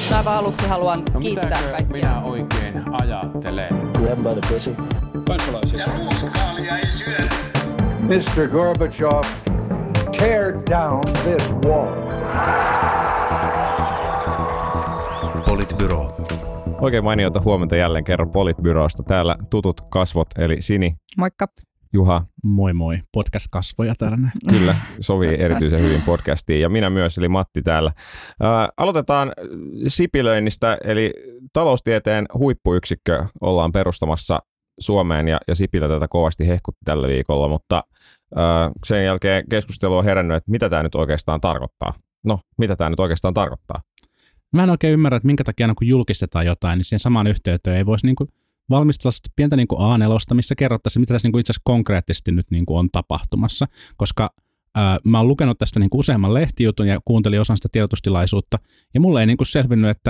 Aivan aluksi haluan kiittää kaikkia. Minä oikein ajattelen? Kansalaisia. Ja ruuskaalia ei syödä. Mr. Gorbachev, tear down this wall. Politbyro. Oikein mainiota huomenta jälleen kerran Politbyrosta. Täällä tutut kasvot, eli Sini. Moikka. Juha. Moi moi. Podcast-kasvoja täällä. Kyllä, sovii erityisen hyvin podcastiin. Ja minä myös, eli Matti täällä. Aloitetaan Sipilöinnistä, eli taloustieteen huippuyksikkö ollaan perustamassa Suomeen, ja Sipilä tätä kovasti hehkutti tällä viikolla, mutta sen jälkeen keskustelu on herännyt, että mitä tämä nyt oikeastaan tarkoittaa. No, mitä tämä nyt oikeastaan tarkoittaa? Mä en oikein ymmärrä, että minkä takia kun julkistetaan jotain, niin siihen samaan yhteyteen ei voisi valmistella pientä A4, missä kerrottaisiin, mitä tässä itse asiassa konkreettisesti nyt on tapahtumassa, koska mä oon lukenut tästä useamman lehtijutun ja kuuntelin osan sitä tiedotustilaisuutta, ja mulle ei selvinnyt, että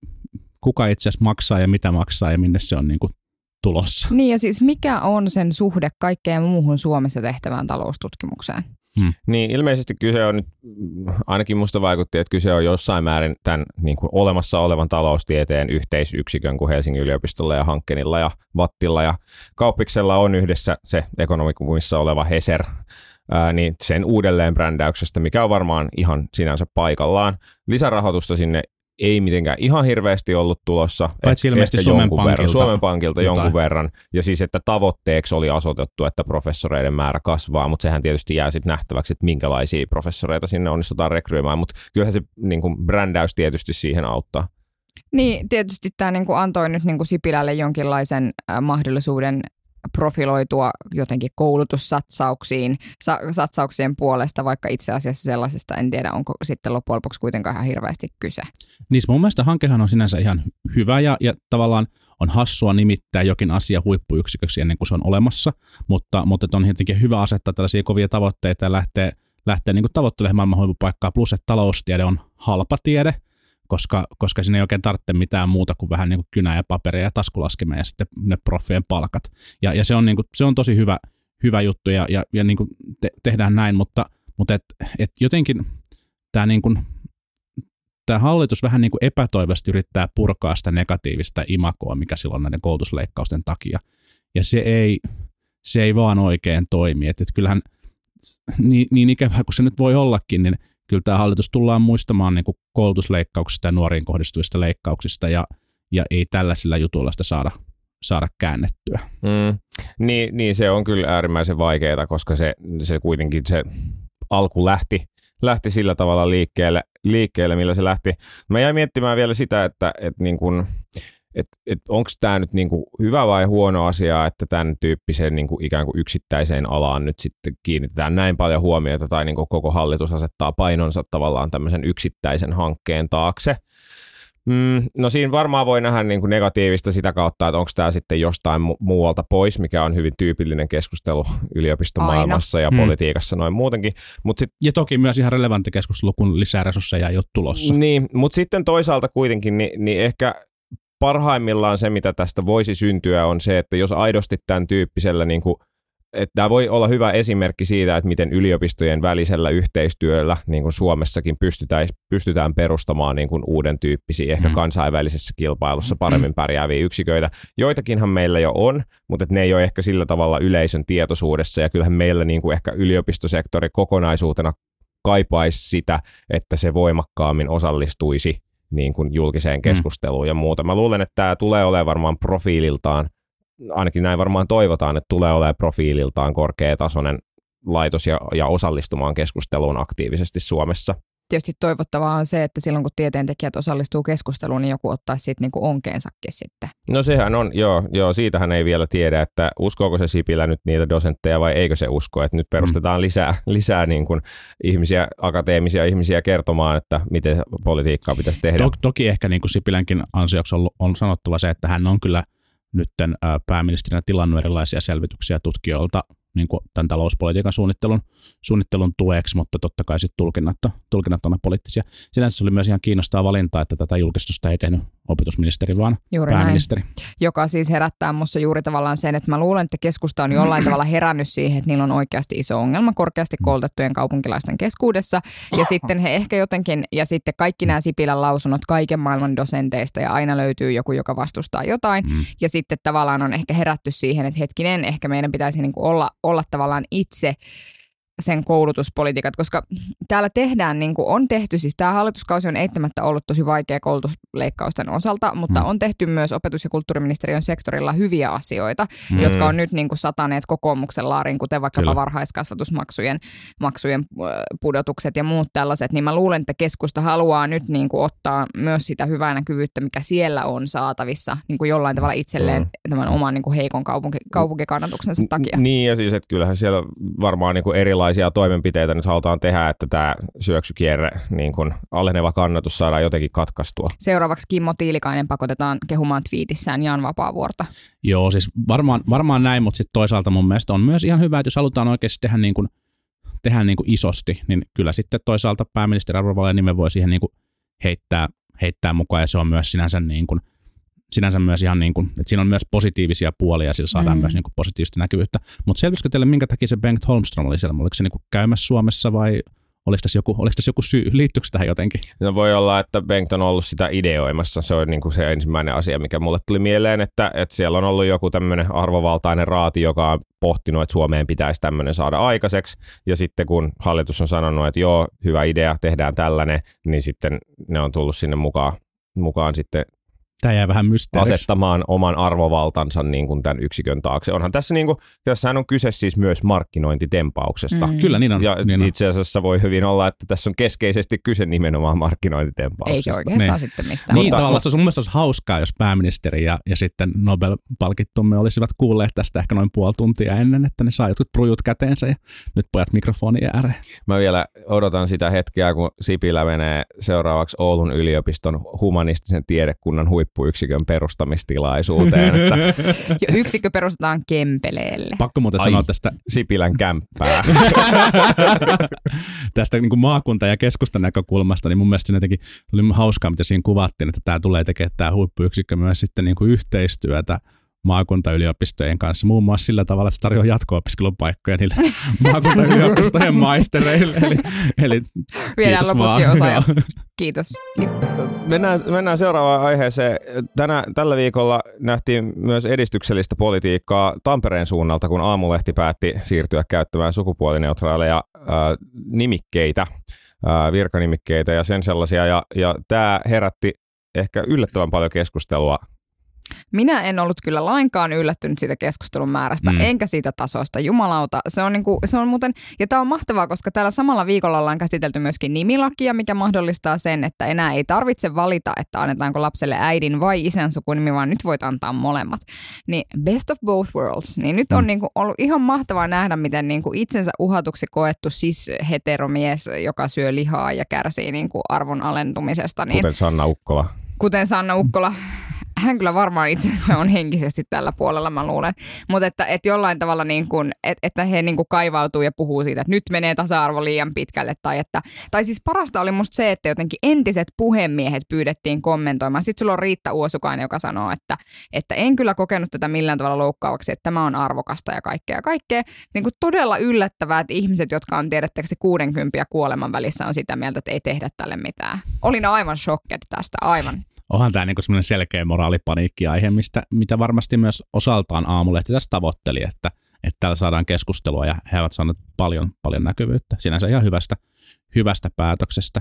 kuka itse asiassa maksaa ja mitä maksaa ja minne se on tulossa. Niin ja siis mikä on sen suhde kaikkeen muuhun Suomessa tehtävään taloustutkimukseen? Niin ilmeisesti kyse on nyt, ainakin musta vaikutti, että kyse on jossain määrin tämän olemassa olevan taloustieteen yhteisyksikön, kuin Helsingin yliopistolla ja Hankkenilla ja Vattilla ja Kauppiksella on yhdessä se ekonomikumissa oleva Heser, niin sen uudelleenbrändäyksestä, mikä on varmaan ihan sinänsä paikallaan. Lisärahoitusta sinne ei mitenkään ihan hirveästi ollut tulossa. Paitsi ilmeisesti Suomen Pankilta jonkun verran. Ja siis, että tavoitteeksi oli asetettu, että professoreiden määrä kasvaa, mutta sehän tietysti jää sitten nähtäväksi, että minkälaisia professoreita sinne onnistutaan rekryymään. Mutta kyllähän se brändäys tietysti siihen auttaa. Niin, tietysti tämä antoi nyt Sipilälle jonkinlaisen mahdollisuuden profiloitua jotenkin koulutussatsauksiin, satsauksien puolesta, vaikka itse asiassa sellaisesta en tiedä, onko sitten loppujen lopuksi kuitenkaan ihan hirveästi kyse. Niin mun mielestä hankehan on sinänsä ihan hyvä ja tavallaan on hassua nimittää jokin asia huippuyksiköksi ennen kuin se on olemassa, mutta on jotenkin hyvä asettaa tällaisia kovia tavoitteita ja lähteä tavoittelemaan maailman huippupaikkaa, plus että taloustiede on halpa tiede, koska siinä ei oikein tarvitse mitään muuta kuin vähän kynää ja paperia ja taskulaskimia ja sitten ne proffien palkat. Ja se on tosi hyvä juttu ja tehdään näin, mutta et jotenkin tämä hallitus vähän epätoivoisesti yrittää purkaa sitä negatiivista imagoa, mikä silloin näiden koulutusleikkausten takia. Ja se ei vaan oikein toimi. Et kyllähän niin ikävää kuin se nyt voi ollakin, niin kyllä tämä hallitus tullaan muistamaan koulutusleikkauksista ja nuoriin kohdistuvista leikkauksista ja ei tällaisilla jutuilla sitä saada käännettyä. Niin, se on kyllä äärimmäisen vaikeaa, koska se kuitenkin se alku lähti sillä tavalla liikkeelle, millä se lähti. Mä jäin miettimään vielä sitä, että onko tämä nyt hyvä vai huono asia, että tämän tyyppiseen ikään kuin yksittäiseen alaan nyt sitten kiinnitetään näin paljon huomiota tai koko hallitus asettaa painonsa tavallaan tämmöisen yksittäisen hankkeen taakse. No siinä varmaan voi nähdä negatiivista sitä kautta, että onko tämä sitten jostain muualta pois, mikä on hyvin tyypillinen keskustelu yliopistomaailmassa ja politiikassa noin muutenkin. Ja toki myös ihan relevantti keskustelu, kun lisää resursseja ei ole tulossa. Niin, mutta sitten toisaalta kuitenkin niin ehkä parhaimmillaan se, mitä tästä voisi syntyä, on se, että jos aidosti tämän tyyppisellä, että tämä voi olla hyvä esimerkki siitä, että miten yliopistojen välisellä yhteistyöllä Suomessakin pystytään perustamaan uuden tyyppisiä, ehkä kansainvälisessä kilpailussa paremmin pärjääviä yksiköitä. Joitakinhan meillä jo on, mutta ne ei ole ehkä sillä tavalla yleisön tietoisuudessa, ja kyllähän meillä ehkä yliopistosektori kokonaisuutena kaipaisi sitä, että se voimakkaammin osallistuisi julkiseen keskusteluun ja muuta. Mä luulen, että tämä tulee olemaan varmaan profiililtaan, ainakin näin varmaan toivotaan, että tulee olemaan profiililtaan korkeatasoinen laitos ja osallistumaan keskusteluun aktiivisesti Suomessa. Tietysti toivottavaa on se, että silloin kun tieteentekijät osallistuu keskusteluun, niin joku ottaisi siitä onkeensakin sitten. No sehän on, joo, siitähän ei vielä tiedä, että uskooko se Sipilä nyt niitä dosentteja vai eikö se usko, että nyt perustetaan lisää ihmisiä, akateemisia ihmisiä kertomaan, että miten politiikkaa pitäisi tehdä. Toki ehkä Sipilänkin ansioksi on sanottava se, että hän on kyllä nyt pääministerinä tilannut erilaisia selvityksiä tutkijoilta tämän talouspolitiikan suunnittelun tueksi, mutta totta kai sitten tulkinnat on poliittisia. Sinänsä se oli myös ihan kiinnostavaa valinta, että tätä julkistusta ei tehnyt opetusministeri, vaan juuri pääministeri. Näin. Joka siis herättää musta juuri tavallaan sen, että mä luulen, että keskusta on jollain tavalla herännyt siihen, että niillä on oikeasti iso ongelma korkeasti koulutettujen kaupunkilaisten keskuudessa. Ja sitten he ehkä jotenkin, ja sitten kaikki nämä Sipilän lausunnot kaiken maailman dosenteista, ja aina löytyy joku, joka vastustaa jotain. Ja sitten tavallaan on ehkä herätty siihen, että hetkinen, ehkä meidän pitäisi niin kuin olla tavallaan itse sen koulutuspolitiikat, koska täällä tehdään, niin kuin on tehty, siis tämä hallituskausi on eittämättä ollut tosi vaikea koulutusleikkausten osalta, mutta on tehty myös opetus- ja kulttuuriministeriön sektorilla hyviä asioita, jotka on nyt niin kuin sataneet kokoomuksen laariin, kuten vaikkapa varhaiskasvatusmaksujen pudotukset ja muut tällaiset, niin mä luulen, että keskusta haluaa nyt niin kuin ottaa myös sitä hyvää näkyvyyttä, mikä siellä on saatavissa niin kuin jollain tavalla itselleen tämän oman niin kuin heikon kaupunkikannatuksensa takia. Niin, ja siis, että kyllähän siellä varmaan niin kuin erilaisia toimenpiteitä nyt halutaan tehdä, että tämä syöksykierre, niin kuin aleneva kannatus saadaan jotenkin katkaistua. Seuraavaksi Kimmo Tiilikainen pakotetaan kehumaan twiitissään Jan Vapaavuorta. Joo, siis varmaan näin, mutta sitten toisaalta mun mielestä on myös ihan hyvä, että jos halutaan oikeasti tehdä niin kuin isosti, niin kyllä sitten toisaalta pääministeri Arvovalle nimen voi siihen niin kuin heittää mukaan, ja se on myös sinänsä myös ihan niin kuin, että siinä on myös positiivisia puolia ja sillä saadaan myös niin kuin positiivista näkyvyyttä. Mutta selvisikö teille, minkä takia se Bengt Holmström oli siellä? Oliko se niin kuin käymässä Suomessa vai oliko tässä joku syy? Liittyykö se tähän jotenkin? No voi olla, että Bengt on ollut sitä ideoimassa. Se on niin kuin se ensimmäinen asia, mikä mulle tuli mieleen, että siellä on ollut joku tämmöinen arvovaltainen raati, joka on pohtinut, että Suomeen pitäisi tämmöinen saada aikaiseksi. Ja sitten kun hallitus on sanonut, että joo, hyvä idea, tehdään tällainen, niin sitten ne on tullut sinne mukaan sitten tämä jää vähän mysteeriksi. Asettamaan oman arvovaltansa niin kuin tämän yksikön taakse. Onhan tässä niin kuin, tässähän on kyse siis myös markkinointitempauksesta. Kyllä, niin on. Ja niin itse asiassa voi hyvin olla, että tässä on keskeisesti kyse nimenomaan markkinointitempauksesta. Eikä oikeastaan sitten mistään. Niin, tavallaan se on mun mielestä olisi hauskaa, jos pääministeri ja sitten Nobel-palkittumme olisivat kuulleet tästä ehkä noin puoli tuntia ennen, että ne saa jotkut prujut käteensä ja nyt pojat mikrofonin ääreen. Mä vielä odotan sitä hetkeä, kun Sipilä menee seuraavaksi Oulun yliopiston humanistisen tiedekunnan huippuyksikön perustamistilaisuuteen. Ja yksikkö perustetaan Kempeleelle. Pakko muuten sanoa tästä Sipilän kämppää. Tästä niin kuin maakunta- ja keskustan näkökulmasta, niin mun mielestä jotenkin oli hauskaa, mitä siinä kuvattiin, että tämä tulee tekemään tämä huippuyksikkö myös sitten niin kuin yhteistyötä maakuntayliopistojen kanssa, muun muassa sillä tavalla, että se tarjoaa jatko-opiskelupaikkoja niille maakuntayliopistojen maistereille. Eli viedään loputkin osaajat. Kiitos. Mennään seuraavaan aiheeseen. Tällä viikolla nähtiin myös edistyksellistä politiikkaa Tampereen suunnalta, kun Aamulehti päätti siirtyä käyttämään sukupuolineutraaleja nimikkeitä, virkanimikkeitä ja sen sellaisia. Ja tämä herätti ehkä yllättävän paljon keskustelua. Minä en ollut kyllä lainkaan yllättynyt siitä keskustelun määrästä, enkä siitä tasosta. Jumalauta, se on muuten, ja tämä on mahtavaa, koska täällä samalla viikolla ollaan käsitelty myöskin nimilakia, mikä mahdollistaa sen, että enää ei tarvitse valita, että annetaanko lapselle äidin vai isän sukunimi, vaan nyt voit antaa molemmat. Niin best of both worlds. Niin nyt on ollut ihan mahtavaa nähdä, miten itsensä uhatuksi koettu cis-heteromies, joka syö lihaa ja kärsii arvon alentumisesta. Niin, Kuten Sanna Ukkola. Hän kyllä varmaan itse asiassa on henkisesti tällä puolella, mä luulen. Mutta että jollain tavalla, että he kaivautuu ja puhuu siitä, että nyt menee tasa-arvo liian pitkälle. Tai siis parasta oli musta se, että jotenkin entiset puhemiehet pyydettiin kommentoimaan. Sitten sulla on Riitta Uosukainen, joka sanoo, että en kyllä kokenut tätä millään tavalla loukkaavaksi, että tämä on arvokasta ja kaikkea. Todella yllättävää, että ihmiset, jotka on tiedättekö 60 ja kuoleman välissä, on sitä mieltä, että ei tehdä tälle mitään. Olin aivan shocked tästä, aivan. Onhan tämä semmoinen selkeä moraalipaniikki-aihe, mitä varmasti myös osaltaan Aamulehti tässä tavoitteli, että täällä saadaan keskustelua ja he ovat saaneet paljon näkyvyyttä. Sinänsä ihan hyvästä päätöksestä.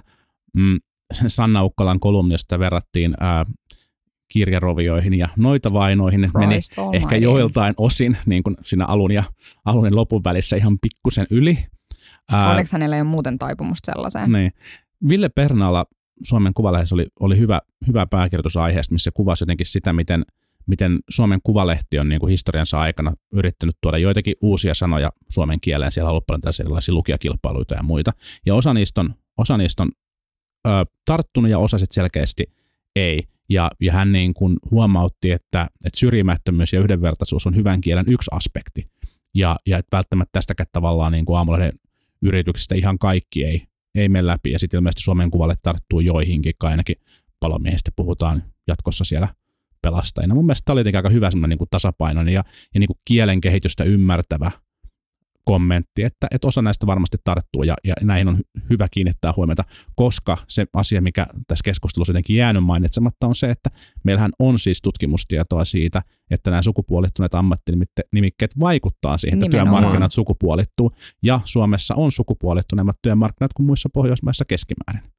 Sanna Ukkolan kolumnista verrattiin kirjarovioihin ja noita vainoihin. Ne meni ehkä joiltain osin niin kuin siinä alun ja lopun välissä ihan pikkusen yli. Onneksi hänellä ei ole muuten taipumusta sellaiseen. Niin. Ville Pernaala Suomen Kuvalehdessä oli hyvä pääkirjoitus aiheesta, missä kuvasi jotenkin sitä, miten Suomen Kuvalehti on niin kuin historiansa aikana yrittänyt tuoda joitakin uusia sanoja suomen kieleen. Siellä on ollut paljon tällaisia erilaisia lukijakilpailuita ja muita. Ja osa niistä on tarttunut ja osa sitten selkeästi ei. Ja hän niin kuin huomautti, että syrjimättömyys ja yhdenvertaisuus on hyvän kielen yksi aspekti. Ja että välttämättä tästäkään tavallaan niin kuin Aamulehden yrityksistä ihan kaikki ei mene läpi, ja sitten ilmeisesti Suomen Kuvalle tarttuu joihinkin, ainakin palomiehistä puhutaan jatkossa siellä pelastajina. Mun mielestä tämä oli jotenkin aika hyvä semmoinen niin kuin tasapainoinen ja niin kuin kielen kehitystä ymmärtävä kommentti, että osa näistä varmasti tarttuu ja näihin on hyvä kiinnittää huomiota, koska se asia, mikä tässä keskustelussa jotenkin jäänyt mainitsematta, on se, että meillähän on siis tutkimustietoa siitä, että nämä sukupuolittuneet ammattinimikkeet vaikuttaa siihen, että työmarkkinat sukupuolittuu, ja Suomessa on sukupuolittuneemmat työmarkkinat kuin muissa Pohjoismaissa keskimäärin.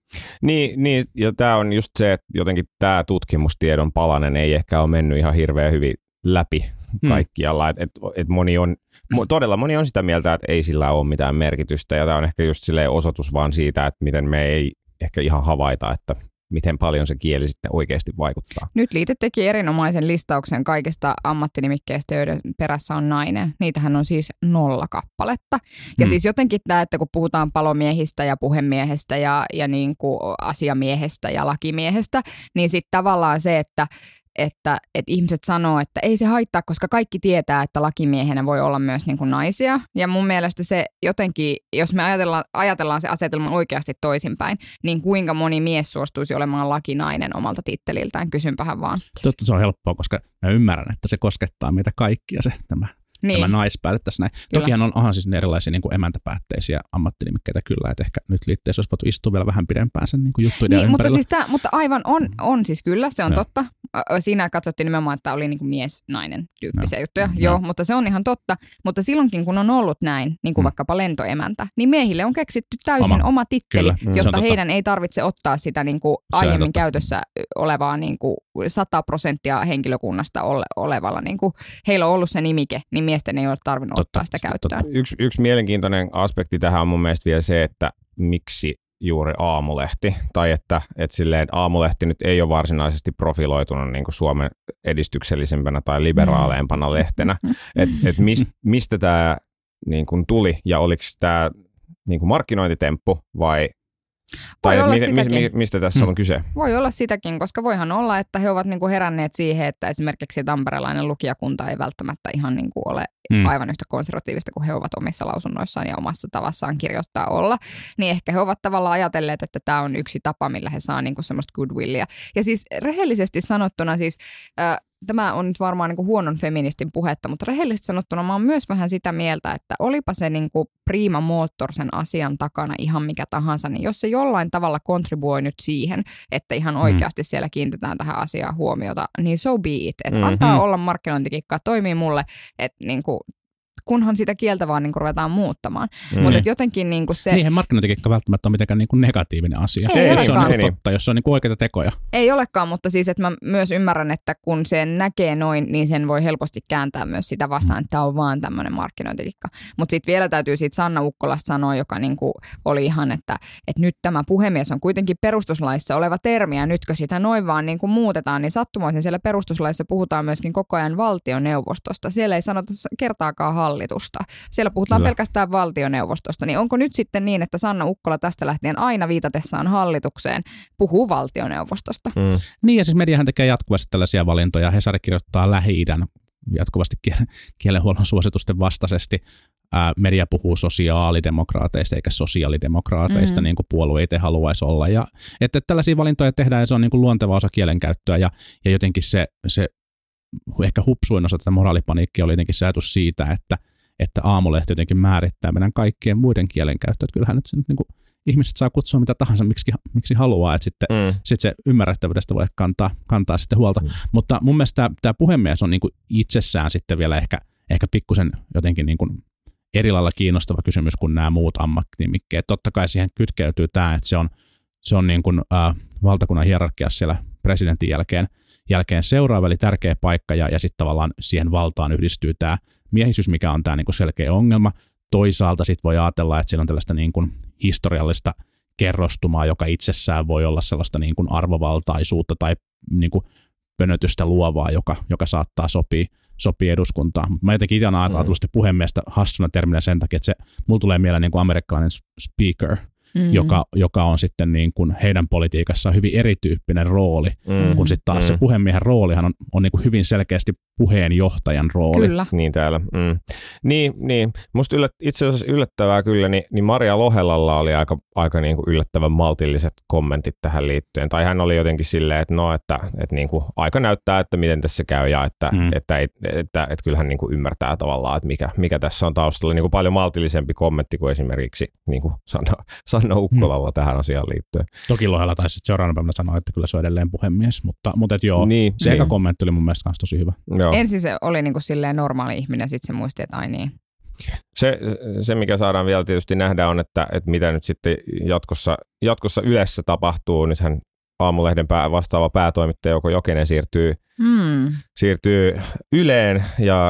Niin, ja tämä on just se, että jotenkin tämä tutkimustiedon palanen ei ehkä ole mennyt ihan hirveän hyvin läpi kaikkialla, että todella moni on sitä mieltä, että ei sillä ole mitään merkitystä, ja tämä on ehkä just silleen osoitus vaan siitä, että miten me ei ehkä ihan havaita, että miten paljon se kieli sitten oikeasti vaikuttaa. Nyt Liite teki erinomaisen listauksen kaikista ammattinimikkeistä, joiden perässä on nainen. Niitähän on siis 0 kappaletta. Ja siis jotenkin tämä, että kun puhutaan palomiehistä ja puhemiehestä ja niin kuin asiamiehestä ja lakimiehestä, niin sitten tavallaan se, että ihmiset sanoo, että ei se haittaa, koska kaikki tietää, että lakimiehenä voi olla myös niin kuin naisia. Ja mun mielestä se jotenkin, jos me ajatellaan se asetelma oikeasti toisinpäin, niin kuinka moni mies suostuisi olemaan lakinainen omalta titteliltään? Kysynpähän vaan. Totta, se on helppoa, koska mä ymmärrän, että se koskettaa meitä kaikkia tämä naispääte tässä näin. Kyllä. Tokihan onhan siis erilaisia niin kuin emäntäpäätteisiä ammattinimikkeitä kyllä, että ehkä nyt liitteessä olisi voitu istua vielä vähän pidempään sen niin kuin juttuiden ympärillä. Mutta aivan on siis kyllä, se on totta. Siinä katsottiin nimenomaan, että oli niin kuin mies-nainen tyyppisiä juttuja. Joo, mutta se on ihan totta. Mutta silloinkin, kun on ollut näin, niin kuin vaikkapa lentoemäntä, niin miehille on keksitty täysin oma titteli, jotta heidän ei tarvitse ottaa sitä niin kuin aiemmin käytössä olevaa niin kuin 100% henkilökunnasta olevalla. Niin kuin heillä on ollut se nimike, niin miesten ei ole tarvinnut ottaa sitä käyttöön. Yksi mielenkiintoinen aspekti tähän on mun mielestä vielä se, että miksi juuri Aamulehti, tai että silleen Aamulehti nyt ei ole varsinaisesti profiloitunut niin kuin Suomen edistyksellisempänä tai liberaaleempana lehtenä. Mistä tämä niin kuin tuli, ja oliko tämä niin kuin markkinointitemppu vai mistä tässä on kyse? Voi olla sitäkin, koska voihan olla, että he ovat niinku heränneet siihen, että esimerkiksi tamperelainen lukijakunta ei välttämättä ihan niinku ole aivan yhtä konservatiivista kuin he ovat omissa lausunnoissaan ja omassa tavassaan kirjoittaa olla. Niin ehkä he ovat tavallaan ajatelleet, että tämä on yksi tapa, millä he saa niinku semmoista goodwillia. Ja siis rehellisesti sanottuna siis tämä on nyt varmaan niin kuin huonon feministin puhetta, mutta rehellisesti sanottuna mä oon myös vähän sitä mieltä, että olipa se niin kuin prima motor sen asian takana ihan mikä tahansa, niin jos se jollain tavalla kontribuoi nyt siihen, että ihan oikeasti siellä kiinnitetään tähän asiaan huomiota, niin so be it. Että antaa olla markkinointikikkaa, toimii mulle, että niin kuin kunhan sitä kieltä vaan niin kuin ruvetaan muuttamaan. Mutta jotenkin niin kuin se... Niinhän markkinointikikka välttämättä on mitenkään niin kuin negatiivinen asia. Ei se on niin totta, jos on niin kuin oikeita tekoja. Ei olekaan, mutta siis että mä myös ymmärrän, että kun sen näkee noin, niin sen voi helposti kääntää myös sitä vastaan, että tämä on vaan tämmöinen markkinointikikka. Mutta sitten vielä täytyy siitä Sanna Ukkolasta sanoa, joka niin kuin oli ihan, että nyt tämä puhemies on kuitenkin perustuslaissa oleva termi, ja nytkö sitä noin vaan niin kuin muutetaan, niin sattumoisin siellä perustuslaissa puhutaan myöskin koko ajan valtioneuvostosta. Siellä ei sanota kertaakaan hallitusta. Siellä puhutaan pelkästään valtioneuvostosta. Niin onko nyt sitten niin, että Sanna Ukkola tästä lähtien aina viitatessaan hallitukseen puhuu valtioneuvostosta? Niin, ja siis mediahan tekee jatkuvasti tällaisia valintoja. Hesari kirjoittaa Lähi-idän jatkuvasti kielenhuollon suositusten vastaisesti. Media puhuu sosiaalidemokraateista eikä sosiaalidemokraateista, niin kuin puolueet ei haluaisi olla. Ja, että tällaisia valintoja tehdään, ja se on niin kuin luonteva osa kielenkäyttöä, ja jotenkin se ehkä hupsuin osa tätä moraalipaniikkia oli jotenkin se ajatus siitä, että Aamulehti jotenkin määrittää meidän kaikkien muiden kielenkäyttöä. Kyllähän nyt niin kuin ihmiset saa kutsua mitä tahansa, miksi haluaa, että sitten se ymmärrettävyydestä voi kantaa sitten huolta. Mutta mun mielestä tämä puhemies on niin kuin itsessään sitten vielä ehkä pikkusen jotenkin niin kuin eri lailla kiinnostava kysymys kuin nämä muut ammattinimikkeet. Totta kai siihen kytkeytyy tämä, että se on niin kuin valtakunnan hierarkiassa siellä presidentin jälkeen seuraava, eli tärkeä paikka, ja sitten tavallaan siihen valtaan yhdistyy tämä miehisyys, mikä on tämä niin kuin selkeä ongelma. Toisaalta sitten voi ajatella, että siellä on tällaista niin kuin historiallista kerrostumaa, joka itsessään voi olla sellaista niin kuin arvovaltaisuutta tai niin kuin pönötystä luovaa, joka saattaa sopii eduskuntaan. Mä jotenkin itse olen ajatellut sitä puhemiestä hassuna terminä sen takia, että mulla tulee mieleen niin kuin amerikkalainen speaker, joka on sitten niin kuin heidän politiikassaan hyvin erityyppinen rooli, kun sitten taas se puhemiehen roolihan on niin kuin hyvin selkeästi puheenjohtajan rooli. Kyllä. Niin täällä. Niin. Musta itse asiassa yllättävää kyllä, niin Maria Lohelalla oli aika niin kuin yllättävän maltilliset kommentit tähän liittyen. Tai hän oli jotenkin silleen, että niin kuin aika näyttää, että miten tässä käy ja että kyllähän niin kuin ymmärtää tavallaan, että mikä tässä on taustalla. Niin kuin paljon maltillisempi kommentti kuin esimerkiksi niin kuin Sanna Ukkolalla tähän asiaan liittyen. Toki Lohela taisi seuraavana päivänä sanoa, että kyllä se on edelleen puhemies, mutta joo, se eka kommentti oli mun mielestä myös tosi hyvä. Joo. Ensin se oli niinku silleen normaali ihminen, sitten se muisti, että ai niin. Se, mikä saadaan vielä tietysti nähdä on, että mitä nyt sitten jatkossa Ylessä tapahtuu. Nythän Aamulehden vastaava päätoimittaja Jouko Jokinen siirtyy Yleen ja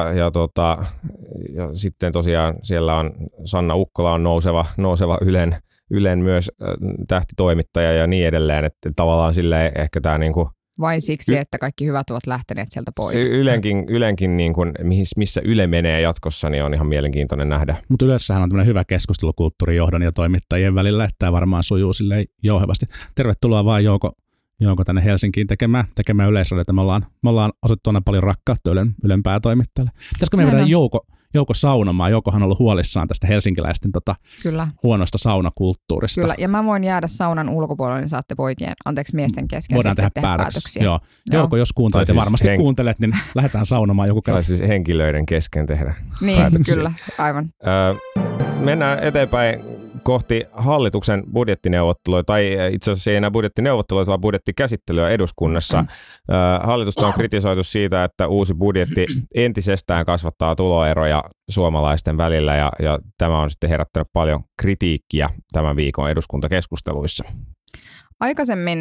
sitten tosiaan siellä on Sanna Ukkola on nouseva Ylen myös tähtitoimittaja ja niin edelleen, että tavallaan silleen ehkä tämä niinku vain siksi, että kaikki hyvät ovat lähteneet sieltä pois. Ylenkin niin kuin, missä Yle menee jatkossa, niin on ihan mielenkiintoinen nähdä. Mutta Ylessähän on tämmöinen hyvä keskustelukulttuuri johdon ja toimittajien välillä, että tämä varmaan sujuu silleen jouhevasti. Tervetuloa vaan Jouko tänne Helsinkiin tekemään Yleisradiota. Me ollaan osoittu aina paljon rakkautta Ylen päätoimittajalle. Pitäisikö me vedä Jouko saunomaan? Joukohan on ollut huolissaan tästä helsinkiläisten Kyllä. huonosta saunakulttuurista. Kyllä, ja mä voin jäädä saunan ulkopuolelle, niin saatte miesten kesken voidaan tehdä päätöksiä. Joo. Jouko, jos kuuntelet ja varmasti kuuntelet, niin lähdetään saunomaan joku kerta. Tai siis henkilöiden kesken tehdä niin, päätöksiä. Kyllä, aivan. Mennään eteenpäin kohti hallituksen budjettineuvotteluja, tai itse asiassa ei enää budjettineuvotteluja, vaan budjettikäsittelyä eduskunnassa. Hallitusta on kritisoitu siitä, että uusi budjetti entisestään kasvattaa tuloeroja suomalaisten välillä, ja tämä on sitten herättänyt paljon kritiikkiä tämän viikon eduskuntakeskusteluissa. Aikaisemmin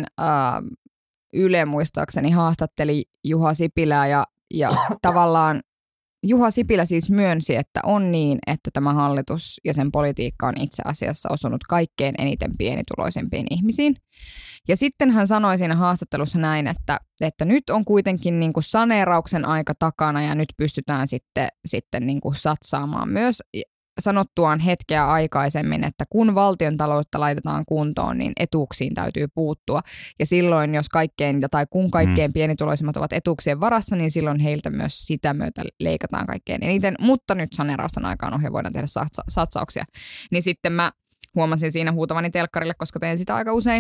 Yle muistaakseni haastatteli Juha Sipilää, ja tavallaan Juha Sipilä siis myönsi, että on niin, että tämä hallitus ja sen politiikka on itse asiassa osunut kaikkein eniten pienituloisempiin ihmisiin. Ja sitten hän sanoi siinä haastattelussa näin, että nyt on kuitenkin niin kuin saneerauksen aika takana ja nyt pystytään sitten niin kuin satsaamaan myös sanottuaan hetkeä aikaisemmin, että kun valtiontaloutta laitetaan kuntoon, niin etuuksiin täytyy puuttua. Ja silloin, jos kun kaikkein pienituloisimmat ovat etuuksien varassa, niin silloin heiltä myös sitä myötä leikataan kaikkein eniten. Mutta nyt saneerausten aikaan ohjeen voidaan tehdä satsauksia. Niin sitten mä huomasin siinä huutavani telkkarille, koska teen sitä aika usein,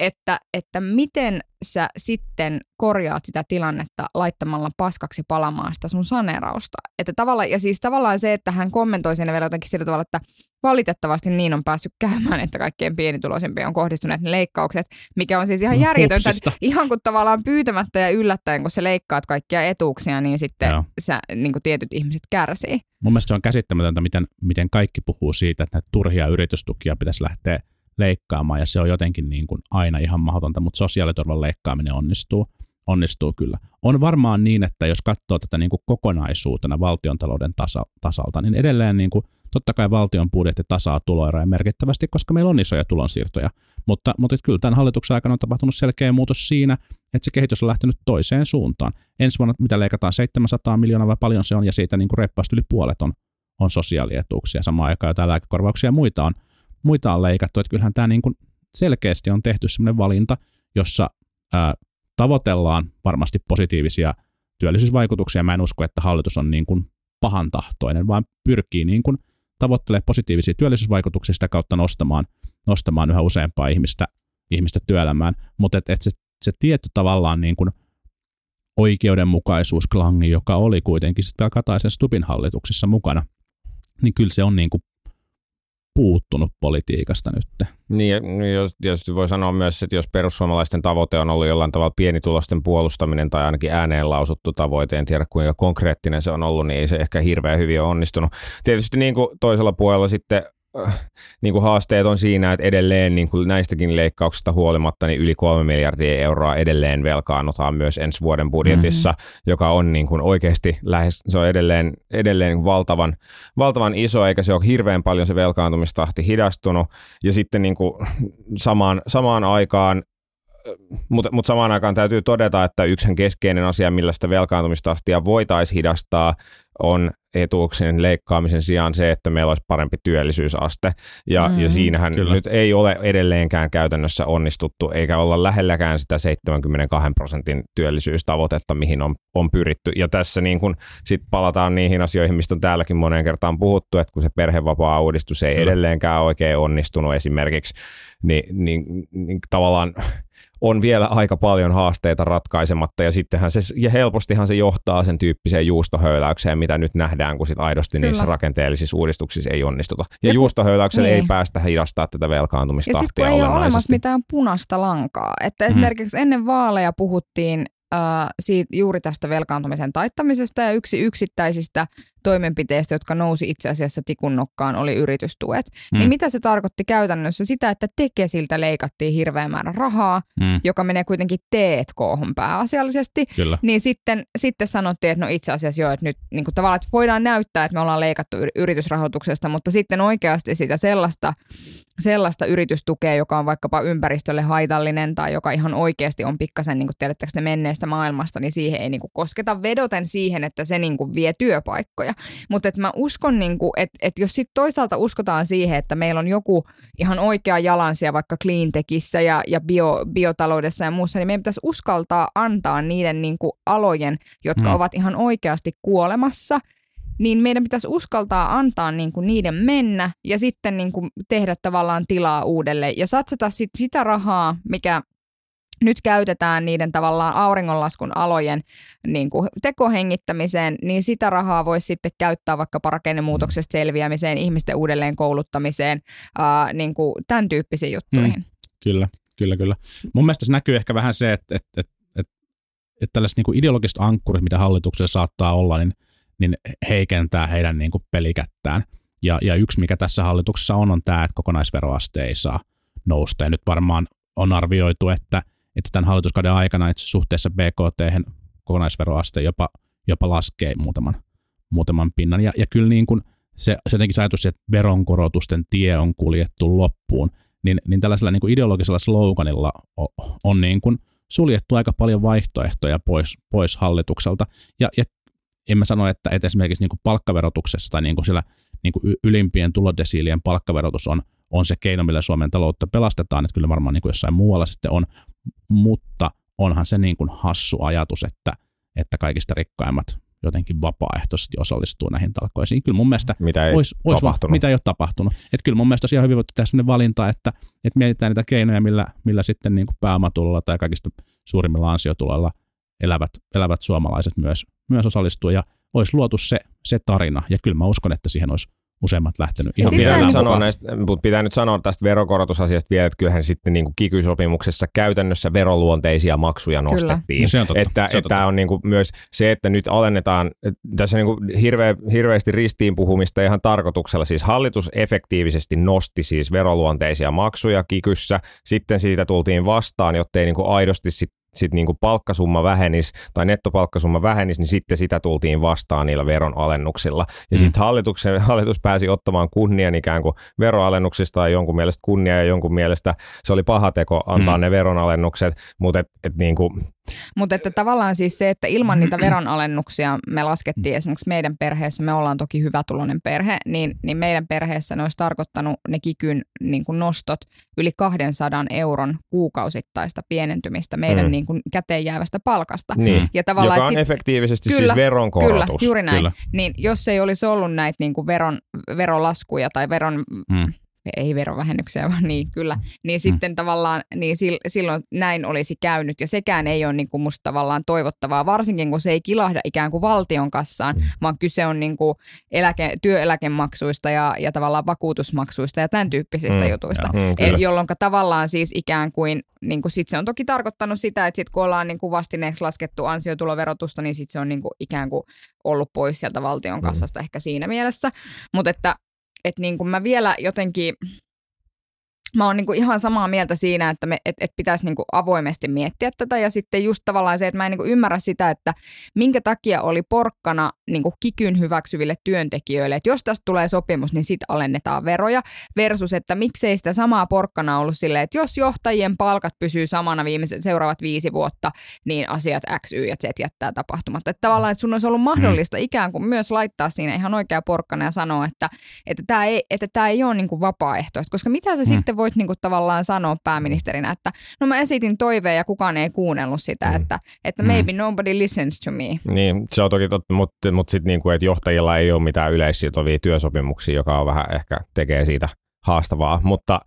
että miten sä sitten korjaat sitä tilannetta laittamalla paskaksi palamaan sitä sun saneerausta. Että tavallaan se, että hän kommentoi siinä vielä jotenkin sillä tavalla, että valitettavasti niin on päässyt käymään, että kaikkein pienituloisempiin on kohdistuneet ne leikkaukset, mikä on siis ihan järjetöntä. Ihan kuin tavallaan pyytämättä ja yllättäen, kun sä leikkaat kaikkia etuuksia, niin sitten niin kuin tietyt ihmiset kärsii. Mun mielestä se on käsittämätöntä, miten kaikki puhuu siitä, että näitä turhia yritystukia pitäisi lähteä leikkaamaan, ja se on jotenkin niin kuin aina ihan mahdotonta, mutta sosiaaliturvan leikkaaminen onnistuu kyllä. On varmaan niin, että jos katsoo tätä niin kuin kokonaisuutena valtiontalouden tasalta, niin edelleen niin kuin, totta kai valtion budjetti tasaa tuloeroja merkittävästi, koska meillä on isoja tulonsiirtoja, mutta kyllä tämän hallituksen aikana on tapahtunut selkeä muutos siinä, että se kehitys on lähtenyt toiseen suuntaan. Ensi vuonna, mitä leikataan 700 miljoonaa vai paljon se on, ja siitä niin kuin reippaasti yli puolet on sosiaalietuuksia. Samaan aikaan jotain lääkekorvauksia ja muita on leikattu, että kyllähän tämä niin kuin selkeästi on tehty sellainen valinta, jossa tavoitellaan varmasti positiivisia työllisyysvaikutuksia. Mä en usko, että hallitus on niin kuin pahantahtoinen, vaan pyrkii niin kuin tavoittelemaan positiivisia työllisyysvaikutuksia sitä kautta nostamaan yhä useampaa ihmistä työelämään. Mutta se tietty tavallaan niin kuin oikeudenmukaisuusklangi, joka oli kuitenkin sitten Kataisen Stubbin hallituksessa mukana, niin kyllä se on niin kuin puuttunut politiikasta nyt. Niin, tietysti voi sanoa myös, että jos perussuomalaisten tavoite on ollut jollain tavalla pienitulosten puolustaminen tai ainakin ääneen lausuttu tavoite, en tiedä kuinka konkreettinen se on ollut, niin ei se ehkä hirveän hyvin ole onnistunut. Tietysti niin kuin toisella puolella sitten niin kuin haasteet on siinä, että edelleen niin kuin näistäkin leikkauksista huolimatta niin yli 3 miljardia euroa edelleen velkaannutaan myös ensi vuoden budjetissa, joka on niin kuin oikeasti se on edelleen valtavan iso, eikä se ole hirveän paljon se velkaantumistahti hidastunut. Ja sitten niin kuin samaan aikaan Mutta samaan aikaan täytyy todeta, että yksi keskeinen asia, millä sitä velkaantumistahtia voitaisiin hidastaa, on etuuksien leikkaamisen sijaan se, että meillä olisi parempi työllisyysaste. Ja siinähän Kyllä. nyt ei ole edelleenkään käytännössä onnistuttu, eikä olla lähelläkään sitä 72% työllisyystavoitetta, mihin on pyritty. Ja tässä niin kun sit palataan niihin asioihin, mistä on täälläkin moneen kertaan puhuttu, että kun se perhevapaa-uudistus ei edelleenkään oikein onnistunut esimerkiksi, niin tavallaan on vielä aika paljon haasteita ratkaisematta, ja sittenhän ja helpostihan se johtaa sen tyyppiseen juustohöyläykseen, mitä nyt nähdään, kun sit aidosti niissä rakenteellisissa uudistuksissa ei onnistuta. Ja juustohöyläyksellä ei päästä hidastaa tätä velkaantumistahtia olennaisesti. Ja sitten kun ei ole olemassa mitään punaista lankaa, että esimerkiksi ennen vaaleja puhuttiin juuri tästä velkaantumisen taittamisesta, ja yksi yksittäisistä toimenpiteistä, jotka nousi itse asiassa tikun nokkaan, oli yritystuet. Niin mitä se tarkoitti käytännössä? Sitä, että Tekesiltä leikattiin hirveä määrä rahaa, joka menee kuitenkin T&K:hon pääasiallisesti. Kyllä. Niin sitten sanottiin, että no itse asiassa joo, että nyt niin kuin tavallaan että voidaan näyttää, että me ollaan leikattu yritysrahoituksesta, mutta sitten oikeasti sitä sellaista yritystukea, joka on vaikkapa ympäristölle haitallinen tai joka ihan oikeasti on pikkasen, niin kuin tiedättekö ne menneestä maailmasta, niin siihen ei niin kuin kosketa vedoten siihen, että se niin kuin vie työpaikkoja. Mutta mä uskon, niin kuin, että jos sitten toisaalta uskotaan siihen, että meillä on joku ihan oikea jalansija vaikka cleantechissä ja biotaloudessa ja muussa, niin meidän pitäisi uskaltaa antaa niiden niin kuin alojen, jotka ovat ihan oikeasti kuolemassa, niin meidän pitäisi uskaltaa antaa niin kuin niiden mennä ja sitten niin kuin tehdä tavallaan tilaa uudelleen ja satsata sitä rahaa, mikä nyt käytetään niiden tavallaan auringonlaskun alojen niin kuin tekohengittämiseen, niin sitä rahaa voisi sitten käyttää vaikka rakennemuutoksesta selviämiseen, ihmisten uudelleen kouluttamiseen, niin kuin tämän tyyppisiin juttuihin. Kyllä. Mun mielestä se näkyy ehkä vähän se, että tällaiset niin kuin ideologiset ankkurit, mitä hallituksella saattaa olla, niin heikentää heidän niin kuin pelikättään. Ja yksi, mikä tässä hallituksessa on tämä, että kokonaisveroaste ei saa nousta. Ja nyt varmaan on arvioitu, että tämän hallituskauden aikana itse suhteessa BKT:hen kokonaisveroaste jopa laskee muutaman pinnan. Ja kyllä niin kuin se jotenkin ajatus, että veronkorotusten tie on kuljettu loppuun, niin tällaisella niin kuin ideologisella sloganilla on niin kuin suljettu aika paljon vaihtoehtoja pois hallitukselta. Ja en mä sano, että esimerkiksi niin kuin palkkaverotuksessa tai niin kuin siellä niin kuin ylimpien tulodesiilien palkkaverotus on se keino, millä Suomen taloutta pelastetaan, että kyllä varmaan niin kuin jossain muualla sitten on, mutta onhan se niin kuin hassu ajatus, että kaikista rikkaimmat jotenkin vapaaehtoisesti osallistuu näihin talkoisiin. Kyllä mun mielestä mitä ei ole tapahtunut. Että kyllä mun mielestä tosiaan hyvin voitu tehdä sellainen valinta, että mietitään niitä keinoja, millä sitten niin kuin pääomatulolla tai kaikista suurimmilla ansiotuloilla elävät suomalaiset myös osallistuu ja olisi luotu se tarina ja kyllä mä uskon, että siihen olisi useimmat lähtenyt ihan pitää nyt sanoa tästä verokorotusasiasta vielä, että kyllähän sitten niin kuin kiky-sopimuksessa käytännössä veroluonteisia maksuja nostettiin. No se on totta. Että on niin kuin myös se, että nyt alennetaan, tässä niin kuin hirveästi ristiin puhumista ihan tarkoituksella, siis hallitus efektiivisesti nosti siis veroluonteisia maksuja kikyssä, sitten siitä tultiin vastaan, jotta ei niin kuin aidosti sitten niin kuin palkkasumma vähenisi tai nettopalkkasumma vähenisi, niin sitten sitä tultiin vastaan niillä veronalennuksilla. Ja sitten hallitus pääsi ottamaan kunnian ikään kuin veroalennuksista ja jonkun mielestä kunnia ja jonkun mielestä se oli paha teko antaa ne veronalennukset, mutta niin kuin mutta että tavallaan siis se, että ilman niitä veronalennuksia me laskettiin esimerkiksi meidän perheessä, me ollaan toki hyvätuloinen perhe, niin meidän perheessä ne olisi tarkoittanut ne kikyn niin kuin nostot yli 200 euron kuukausittaista pienentymistä meidän niin kuin käteen jäävästä palkasta. Niin. Ja joka on efektiivisesti siis veronkorotus. Kyllä, juuri näin. Kyllä. Niin jos ei olisi ollut näitä niin kuin verolaskuja tai ei verovähennyksiä, vaan niin kyllä, niin sitten tavallaan, niin silloin näin olisi käynyt, ja sekään ei ole niin kuin musta tavallaan toivottavaa, varsinkin kun se ei kilahda ikään kuin valtion kassaan, vaan kyse on niin kuin työeläkemaksuista ja tavallaan vakuutusmaksuista ja tämän tyyppisistä jutuista, jolloin tavallaan siis ikään kuin sit se on toki tarkoittanut sitä, että sit kun ollaan niin kuin vastineeksi laskettu ansiotuloverotusta, niin sit se on niin kuin ikään kuin ollut pois sieltä valtion kassasta ehkä siinä mielessä, mutta että niin kuin mä vielä jotenkin mä oon niinku ihan samaa mieltä siinä, että et pitäisi niinku avoimesti miettiä tätä ja sitten just tavallaan se, että mä en niinku ymmärrä sitä, että minkä takia oli porkkana niinku kikyn hyväksyville työntekijöille, että jos tästä tulee sopimus, niin sit alennetaan veroja versus, että miksei sitä samaa porkkana ollut silleen, että jos johtajien palkat pysyy samana seuraavat 5 vuotta, niin asiat X, Y ja Z jättää tapahtumatta. Että tavallaan, että sun olisi ollut mahdollista ikään kuin myös laittaa siinä ihan oikea porkkana ja sanoa, että tämä ei ole niinku vapaaehtoista, koska mitä sä sitten voit niinku tavallaan sanoa pääministerinä, että no mä esitin toiveen ja kukaan ei kuunnellut sitä, että maybe nobody listens to me. Niin, se on toki totta, mutta sitten niinku, että johtajilla ei ole mitään yleissitovia työsopimuksia, joka on vähän ehkä tekee siitä haastavaa, mutta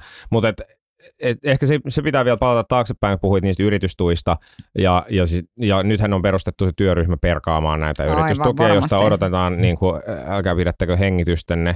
ehkä se pitää vielä palata taaksepäin, kun puhuit niistä yritystuista, ja nythän on perustettu se työryhmä perkaamaan näitä yritystukia, josta odotetaan, niin kuin, älkää pidättekö hengitystenne,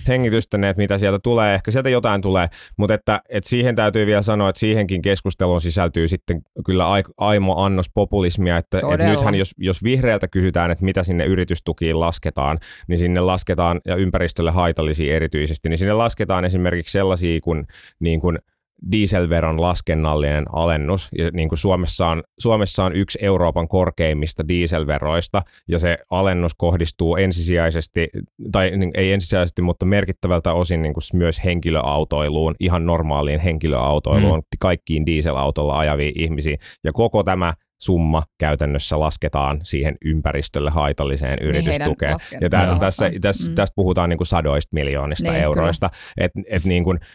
että mitä sieltä tulee, ehkä sieltä jotain tulee, mutta että siihen täytyy vielä sanoa, että siihenkin keskusteluun sisältyy sitten kyllä aimo annos populismia, että nythän jos vihreältä kysytään, että mitä sinne yritystukiin lasketaan, niin sinne lasketaan, ja ympäristölle haitallisia erityisesti, niin sinne lasketaan esimerkiksi sellaisia kuin niin kuin dieselveron laskennallinen alennus, ja niin kuin Suomessa on yksi Euroopan korkeimmista dieselveroista, ja se alennus kohdistuu ensisijaisesti, tai ei ensisijaisesti, mutta merkittävältä osin niin kuin myös henkilöautoiluun, ihan normaaliin henkilöautoiluun, kaikkiin dieselautolla ajaviin ihmisiin, ja koko tämä summa käytännössä lasketaan siihen ympäristölle haitalliseen yritystukeen. Ja tästä puhutaan niin kuin sadoista miljoonista euroista, että niin kuin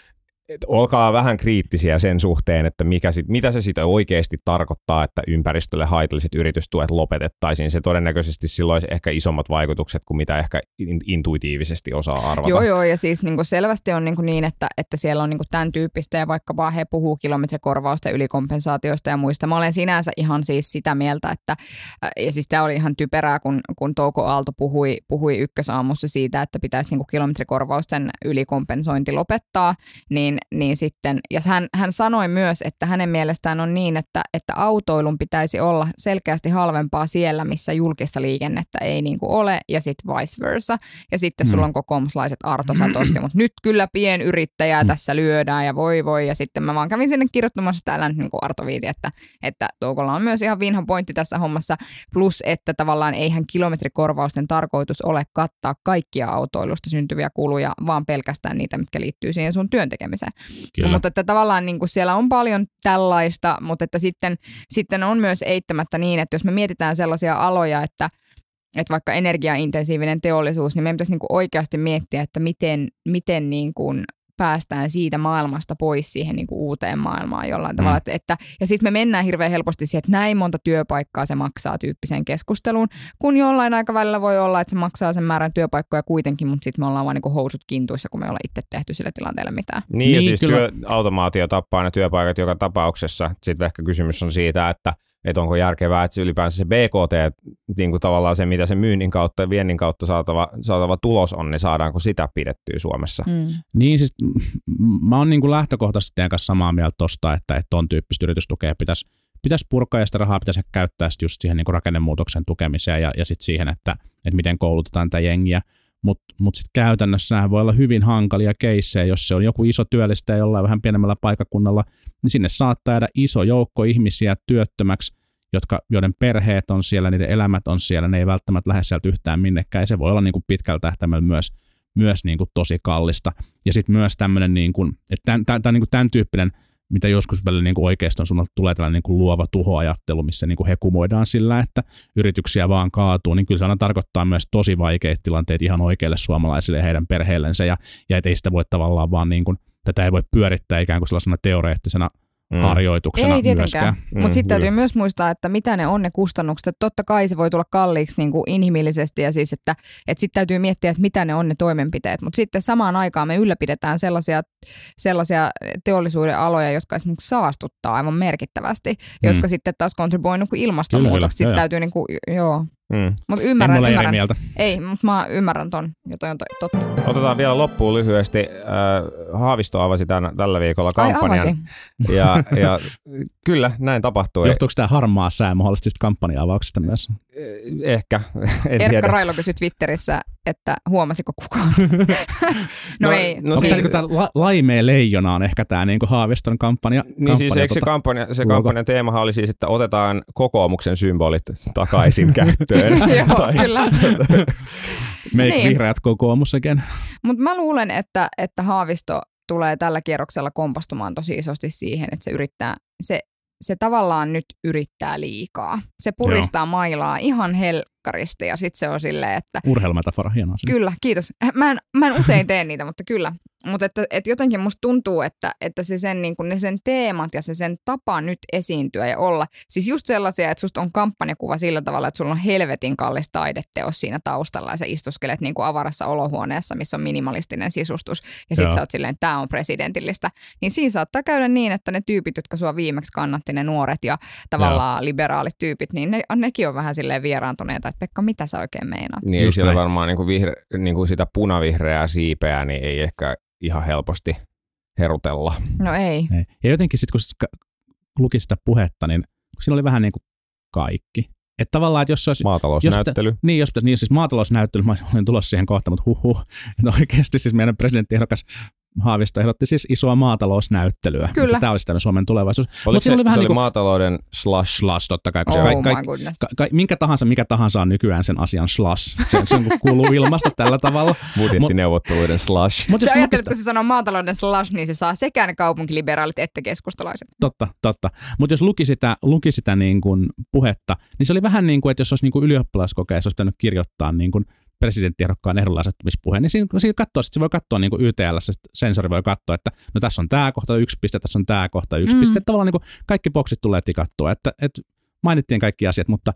olkaa vähän kriittisiä sen suhteen, että mitä se sitä oikeasti tarkoittaa, että ympäristölle haitalliset yritystuet lopetettaisiin. Se todennäköisesti silloin olisi ehkä isommat vaikutukset kuin mitä ehkä intuitiivisesti osaa arvata. Joo, ja siis niin kuin selvästi on niin, että siellä on niin kuin tämän tyyppistä, ja vaikka vaan he puhuu kilometrikorvausta, ylikompensaatioista ja muista. Mä olen sinänsä ihan siis sitä mieltä, että, ja siis tämä oli ihan typerää, kun Touko Aalto puhui Ykkösaamussa siitä, että pitäisi niin kuin kilometrikorvausten ylikompensointi lopettaa, niin sitten, ja hän sanoi myös, että hänen mielestään on niin, että autoilun pitäisi olla selkeästi halvempaa siellä, missä julkista liikennettä ei niin kuin ole, ja sitten vice versa. Ja sitten sulla on kokoomuslaiset Arto Satosti, mutta nyt kyllä pienyrittäjää tässä lyödään, ja voi, ja sitten mä vaan kävin sinne kirjoittamassa, että älä nyt niin kuin Arto viiti, että Toukolla on myös ihan vinha pointti tässä hommassa, plus että tavallaan eihän kilometrikorvausten tarkoitus ole kattaa kaikkia autoilusta syntyviä kuluja, vaan pelkästään niitä, mitkä liittyy siihen sun työn tekemiseen. Mutta että tavallaan niin kuin siellä on paljon tällaista, mutta että sitten on myös eittämättä niin, että jos me mietitään sellaisia aloja, että vaikka energiaintensiivinen teollisuus, niin meidän pitäisi niin kuin oikeasti miettiä, että miten niin kuin päästään siitä maailmasta pois siihen niin kuin uuteen maailmaan jollain tavalla. Ja sitten me mennään hirveän helposti siihen, että näin monta työpaikkaa se maksaa tyyppiseen keskusteluun, kun jollain aikavälillä voi olla, että se maksaa sen määrän työpaikkoja kuitenkin, mutta sitten me ollaan vaan niin kuin housut kintuissa, kun me ollaan itse tehty sille tilanteelle mitään. Niin ja siis automaatio tappaa ne työpaikat joka tapauksessa. Sitten ehkä kysymys on siitä, että onko järkevää, että ylipäänsä se BKT, niin kuin tavallaan se, mitä se myynnin kautta ja viennin kautta saatava tulos on, niin saadaanko sitä pidettyä Suomessa? Niin siis mä oon niin kuin lähtökohtaisesti teidän kanssa samaa mieltä tosta, että ton tyyppistä yritystukea pitäisi purkaa ja sitä rahaa pitäisi käyttää just siihen niin kuin rakennemuutoksen tukemiseen ja sitten siihen, että miten koulutetaan tätä jengiä. Mutta sitten käytännössä nämä voi olla hyvin hankalia keissejä, jos se on joku iso työllistäjä jollain vähän pienemmällä paikakunnalla, niin sinne saattaa jäädä iso joukko ihmisiä työttömäksi, joiden perheet on siellä, niiden elämät on siellä, ne ei välttämättä lähde sieltä yhtään minnekään, ja se voi olla niin kuin pitkällä tähtäimellä myös niin kuin tosi kallista. Ja sitten myös tämmöinen, niin kuin, että niin kuin tämän tyyppinen, mitä joskus välillä niin kuin oikeiston suunnalta tulee tällainen niin kuin luova tuhoajattelu, missä niin kuin hekumoidaan sillä, että yrityksiä vaan kaatuu, niin kyllä se aina tarkoittaa myös tosi vaikeita tilanteita ihan oikeille suomalaisille ja heidän perheillensä, ja ei sitä voi tavallaan vaan, niin kuin, tätä ei voi pyörittää ikään kuin sellaisena teoreettisena harjoituksena ei myöskään. Mutta sitten täytyy myös muistaa, että mitä ne on ne kustannukset. Että totta kai se voi tulla kalliiksi niin kuin inhimillisesti ja siis, että sitten täytyy miettiä, että mitä ne on ne toimenpiteet. Mutta sitten samaan aikaan me ylläpidetään sellaisia teollisuuden aloja, jotka esimerkiksi saastuttaa aivan merkittävästi, jotka sitten taas kontribuoivat ilmastonmuutoksi. Sitten täytyy niin kuin, joo. Mutta En ymmärrän. ole eri mieltä. Ei, mutta mä ymmärrän ton, ja toi on totta. Otetaan vielä loppuun lyhyesti. Haavisto avasi tällä viikolla kampanjan. Ja kyllä, näin tapahtui. Johtuuko tämä harmaa sää mahdollisesti kampanja-avauksesta myös? Ehkä, en Erkka tiedä. Railo kysyi Twitterissä, että huomasiko kukaan. No ei. Onko siis- tämä laimea leijona on ehkä tämä niinku Haaviston kampanja? Niin siis eikö se kampanjan teemahan oli siis, että otetaan kokoomuksen symbolit takaisin käyttöön. Joo, kyllä. Make Niin. vihreät kokoomus again. Mutta mä luulen, että Haavisto tulee tällä kierroksella kompastumaan tosi isosti siihen, että se yrittää, se tavallaan nyt yrittää liikaa. Se puristaa mailaa ihan helkkarista ja sitten se on silleen, että Urheilumetafora, hienoa. kyllä, kiitos. Mä en usein tee niitä, mutta kyllä. Mutta että jotenkin musta tuntuu, että se sen, niin kun ne sen teemat ja se sen tapa nyt esiintyä ja olla. Siis just sellaisia, että susta on kampanjakuva sillä tavalla, että sulla on helvetin kallis taideteos siinä taustalla ja sä istuskelet niin kuin avarassa olohuoneessa, missä on minimalistinen sisustus. Ja sit sä oot silleen, että tää on presidentillistä. Niin siinä saattaa käydä niin, että ne tyypit, jotka sua viimeksi kannatti, ne nuoret ja tavallaan liberaalit tyypit, niin nekin on vähän silleen vieraantuneita, että Pekka, mitä sä oikein meinaat? Niin ei siellä varmaan niin sitä punavihreää siipeää, niin ei ehkä ihan helposti herutella. No ei. Ja jotenkin sitten, kun luki sitä puhetta, niin siinä oli vähän niin kuin kaikki. Että tavallaan, että jos se olisi... Maatalousnäyttely. Niin siis maatalousnäyttely, mä olin tulossa siihen kohta, mutta Että oikeasti siis meidän presidenttiehdokas Haavisto ehdotti siis isoa maatalousnäyttelyä. Kyllä. Tämä olisi tämä Suomen tulevaisuus. Oliko se, oli vähän se niin kuin maatalouden slash? totta kai. My goodness. Mikä tahansa on nykyään sen asian slash. Se on kuuluu ilmasta tällä tavalla. Budjettineuvotteluiden slash. Sä ajattelet, kun se sanoo maatalouden slash, niin se saa sekä ne kaupunkiliberaalit että keskustalaiset. Totta. Mutta jos luki sitä niin kuin puhetta, niin se oli vähän niin kuin, että jos olisi niin kuin ylioppilaskokeessa, olisi pitänyt kirjoittaa niin kuin presidenttiehdokkaan ehdolla asettumispuheen, niin siinä katsoo, se voi katsoa niin kuin YTL:ssä, sensori voi katsoa, että no tässä on tämä kohta 1 piste, tässä on tämä kohta 1 piste. Tavallaan niin kuin kaikki boksit tulee tikattua, että mainittiin kaikki asiat, mutta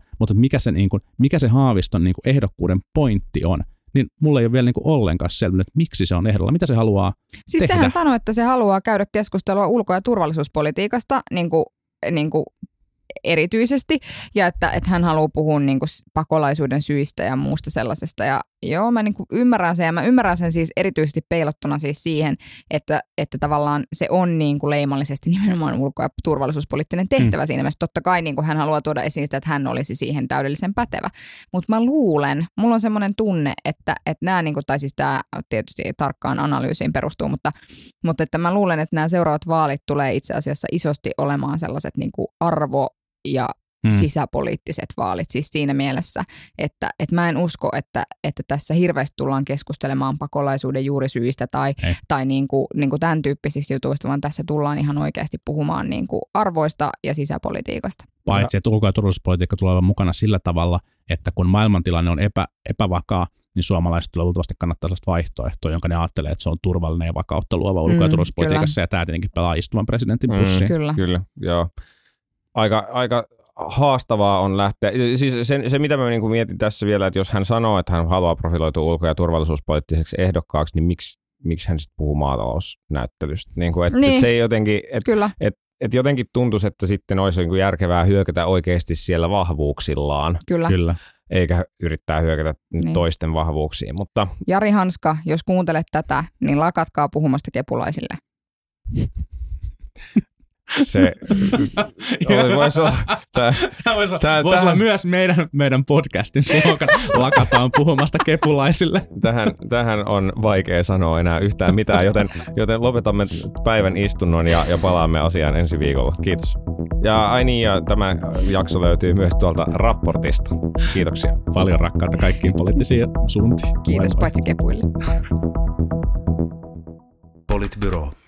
mikä se Haaviston niin kuin ehdokkuuden pointti on, niin mulla ei ole vielä niin kuin ollenkaan selvinnyt, miksi se on ehdolla, mitä se haluaa tehdä. Sehän sanoi, että se haluaa käydä keskustelua ulko- ja turvallisuuspolitiikasta niin kuin erityisesti, ja että hän haluaa puhua niin kuin pakolaisuuden syistä ja muusta sellaisesta. Ja joo, mä niin kuin ymmärrän sen, ja mä ymmärrän sen siis erityisesti peilattuna siis siihen, että tavallaan se on niin kuin leimallisesti nimenomaan ulko- ja turvallisuuspoliittinen tehtävä siinä mielessä. Totta kai niin kuin hän haluaa tuoda esiin sitä, että hän olisi siihen täydellisen pätevä. Mutta mä luulen, mulla on semmoinen tunne, että nämä, niin kuin, tai siis tämä tietysti tarkkaan analyysiin perustuu, mutta että mä luulen, että nämä seuraavat vaalit tulee itse asiassa isosti olemaan sellaiset niin kuin arvo- ja sisäpoliittiset vaalit siis siinä mielessä, että mä en usko, että tässä hirveästi tullaan keskustelemaan pakolaisuuden juurisyistä tai niin kuin tämän tyyppisistä jutuista, vaan tässä tullaan ihan oikeasti puhumaan niin kuin arvoista ja sisäpolitiikasta. Paitsi, että ulko- ja turvallisuuspolitiikka tulee olemaan mukana sillä tavalla, että kun maailmantilanne on epävakaa, niin suomalaiset tulee luultavasti kannattaa sellaista vaihtoehtoa, jonka ne ajattelee, että se on turvallinen ja vakautta luova ulko- ja turvallisuuspolitiikassa, ja tämä tietenkin pelaa istuvan presidentin pussiin. Kyllä, joo. Aika haastavaa on lähteä. Siis se mitä mä niinku mietin tässä vielä, että jos hän sanoo, että hän haluaa profiloitua ulko- ja turvallisuuspoliittiseksi ehdokkaaksi, niin miksi hän sitten puhuu maatalousnäyttelystä? Niinku, et se ei jotenkin, että jotenkin tuntuisi, että sitten olisi niinku järkevää hyökätä oikeasti siellä vahvuuksillaan. Kyllä. Eikä yrittää hyökätä toisten vahvuuksiin. Mutta Jari Hanska, jos kuuntelet tätä, niin lakatkaa puhumasta kepulaisille. se voisi olla Tämä voisi olla myös meidän podcastin slogan. Lakataan puhumasta kepulaisille. Tähän on vaikea sanoa enää yhtään mitään, joten lopetamme päivän istunnon ja palaamme asiaan ensi viikolla. Kiitos. Ja tämä jakso löytyy myös tuolta raportista. Kiitoksia. Paljon rakkautta kaikkiin poliittisiin suuntiin. Kiitos paitsi kepuille. Politbyro.